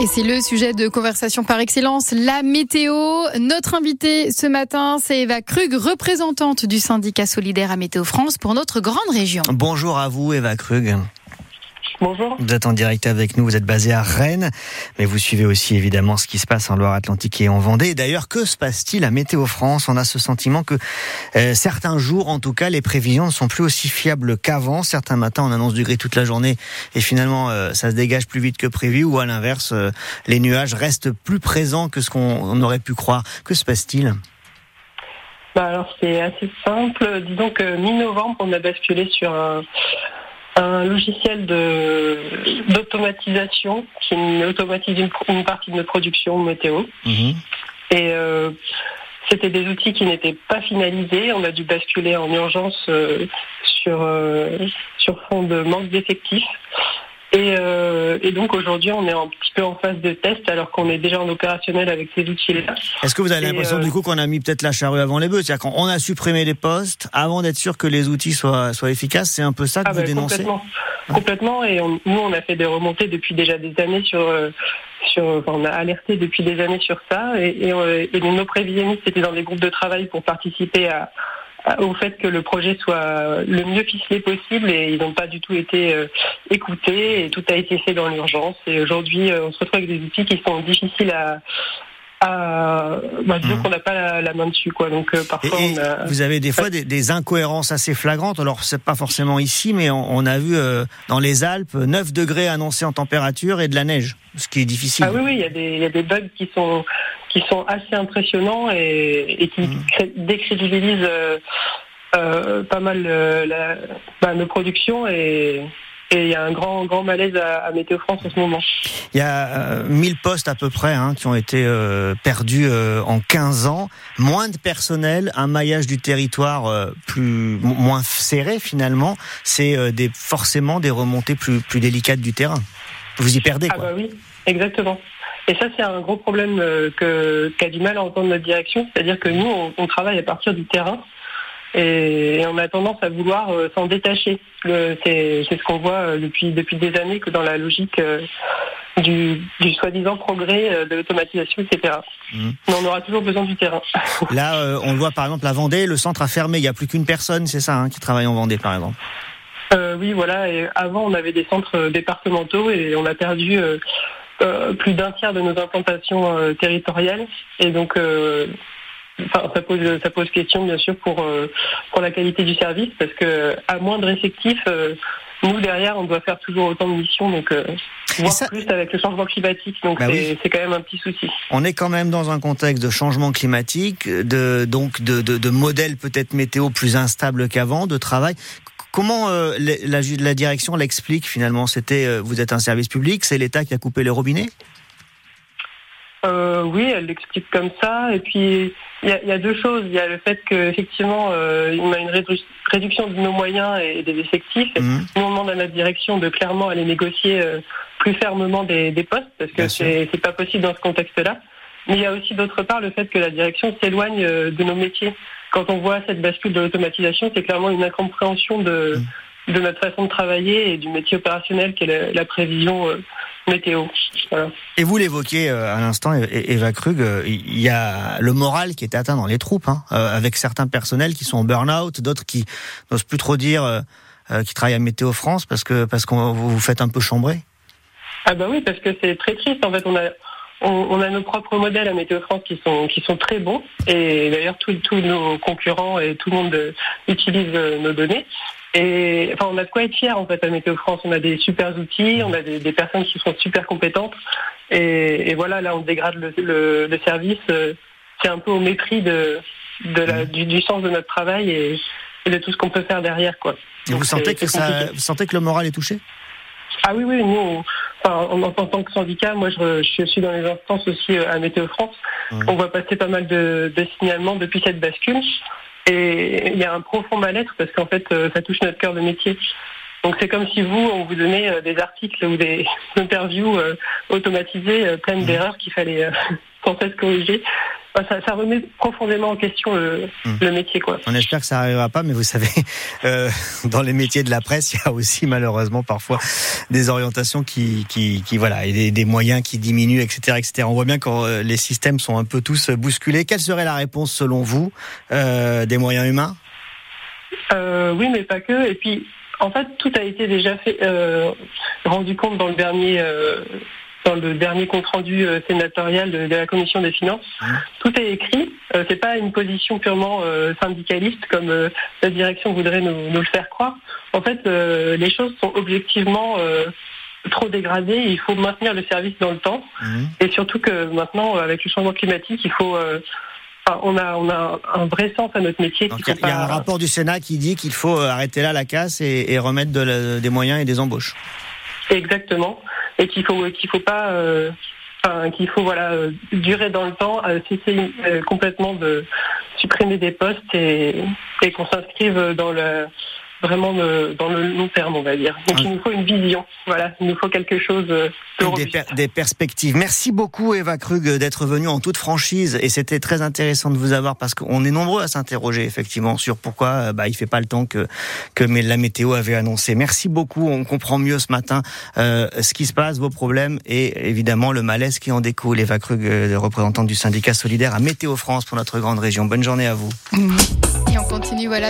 Et c'est le sujet de conversation par excellence, la météo. Notre invitée ce matin, c'est Eva Krug, représentante du syndicat solidaire à Météo France pour notre grande région. Bonjour à vous Eva Krug. Bonjour. Vous êtes en direct avec nous, vous êtes basée à Rennes, mais vous suivez aussi évidemment ce qui se passe en Loire-Atlantique et en Vendée. Et d'ailleurs, que se passe-t-il à Météo France ? On a ce sentiment que certains jours, en tout cas, les prévisions ne sont plus aussi fiables qu'avant. Certains matins, on annonce du gris toute la journée et finalement, ça se dégage plus vite que prévu. Ou à l'inverse, les nuages restent plus présents que ce qu'on aurait pu croire. Que se passe-t-il ? Alors c'est assez simple. Disons que mi-novembre, on a basculé sur un logiciel d'automatisation qui automatise une partie de notre production météo. Et c'était des outils qui n'étaient pas finalisés. On a dû basculer en urgence sur fond de manque d'effectifs. Et donc aujourd'hui, on est un petit peu en phase de test alors qu'on est déjà en opérationnel avec ces outils-là. Est-ce que vous avez l'impression du coup qu'on a mis peut-être la charrue avant les bœufs ? C'est-à-dire qu'on a supprimé les postes avant d'être sûr que les outils soient efficaces ? C'est un peu ça que vous dénoncez ? Complètement. Et nous, on a fait des remontées depuis déjà des années on a alerté depuis des années sur ça. Et nos prévisionnistes étaient dans des groupes de travail pour participer au fait que le projet soit le mieux ficelé possible, et ils n'ont pas du tout été écoutés, et tout a été fait dans l'urgence. Et aujourd'hui, on se retrouve avec des outils qui sont difficiles disons qu'on n'a pas la main dessus, quoi. Donc parfois vous avez des fois des incohérences assez flagrantes. Alors c'est pas forcément ici, mais on a vu dans les Alpes 9 degrés annoncés en température et de la neige, ce qui est difficile. Ah oui, il y a des bugs qui sont assez impressionnants et qui décrédibilisent pas mal nos productions, et il y a un grand malaise à Météo France en ce moment. Il y a 1000 postes à peu près qui ont été perdus en 15 ans. Moins de personnel, un maillage du territoire moins serré finalement. C'est forcément des remontées plus délicates du terrain. Vous y perdez, quoi. Ah bah oui, exactement. Et ça, c'est un gros problème qu'a du mal à entendre notre direction. C'est-à-dire que nous, on travaille à partir du terrain. Et on a tendance à vouloir s'en détacher. C'est ce qu'on voit depuis des années, que dans la logique du soi-disant progrès de l'automatisation, etc. Mais on aura toujours besoin du terrain. Là, on le voit par exemple, la Vendée, le centre a fermé. Il n'y a plus qu'une personne, c'est ça, qui travaille en Vendée, par exemple. Oui, voilà. Et avant, on avait des centres départementaux et on a perdu plus d'un tiers de nos implantations territoriales. Et donc... ça pose question, bien sûr, pour la qualité du service, parce que à moindre effectif, nous derrière, on doit faire toujours autant de missions, donc voire plus avec le changement climatique. Donc c'est quand même un petit souci. On est quand même dans un contexte de changement climatique, de modèles peut-être météo plus instables qu'avant, de travail. Comment la direction l'explique finalement ? Vous êtes un service public, c'est l'État qui a coupé les robinets ? Oui, elle l'explique comme ça. Et puis il y a deux choses. Il y a le fait qu'effectivement, on a une réduction de nos moyens et des effectifs. Nous, on demande à notre direction de clairement aller négocier plus fermement des postes, parce que c'est pas possible dans ce contexte-là. Mais il y a aussi d'autre part le fait que la direction s'éloigne de nos métiers. Quand on voit cette bascule de l'automatisation, c'est clairement une incompréhension de notre façon de travailler et du métier opérationnel qui est la prévision météo. Voilà. Et vous l'évoquiez à l'instant, Eva Krug, il y a le moral qui est atteint dans les troupes, avec certains personnels qui sont en burn-out, d'autres qui n'osent plus trop dire qui travaillent à Météo France parce que vous vous faites un peu chambrer. Ah bah oui, parce que c'est très triste. En fait, on a nos propres modèles à Météo France qui sont très bons, et d'ailleurs tous nos concurrents et tout le monde utilise nos données. Et enfin, on a de quoi être fiers en fait à Météo France. On a des super outils, on a des personnes qui sont super compétentes, et voilà, là on dégrade le service. C'est un peu au mépris du sens de notre travail et de tout ce qu'on peut faire derrière, quoi. Et donc, vous sentez que le moral est touché ? Ah oui, nous, en tant que syndicat, moi je suis dans les instances aussi à Météo France. On voit passer pas mal de signalements depuis cette bascule. Et il y a un profond mal-être parce qu'en fait, ça touche notre cœur de métier. Donc c'est comme si on vous donnait des articles ou des interviews automatisées pleines d'erreurs qu'il fallait sans cesse corriger. ça remet profondément en question le métier, quoi. On espère que ça n'arrivera pas, mais vous savez, dans les métiers de la presse, il y a aussi malheureusement parfois des orientations qui voilà, et des moyens qui diminuent, etc., etc. On voit bien que les systèmes sont un peu tous bousculés. Quelle serait la réponse selon vous, des moyens humains ? Oui, mais pas que. Et puis, en fait, tout a été déjà fait, rendu compte dans le dernier compte rendu sénatorial de la Commission des finances. Tout est écrit. C'est pas une position purement syndicaliste comme la direction voudrait nous le faire croire. En fait, les choses sont objectivement trop dégradées. Il faut maintenir le service dans le temps. Et surtout que maintenant, avec le changement climatique, il faut... on a un vrai sens à notre métier. Il y a un rapport du Sénat qui dit qu'il faut arrêter là la casse et remettre des moyens et des embauches. Exactement. Et qu'il faut durer dans le temps, cesser complètement de supprimer des postes et qu'on s'inscrive dans le long terme, on va dire. Donc il nous faut une vision. Voilà, il nous faut quelque chose de des perspectives. Merci beaucoup Eva Krug d'être venue en toute franchise, et c'était très intéressant de vous avoir parce qu'on est nombreux à s'interroger effectivement sur pourquoi il fait pas le temps que la météo avait annoncé. Merci beaucoup, on comprend mieux ce matin ce qui se passe, vos problèmes et évidemment le malaise qui en découle. Eva Krug, représentante du syndicat solidaire à Météo France pour notre grande région. Bonne journée à vous. Et on continue, voilà.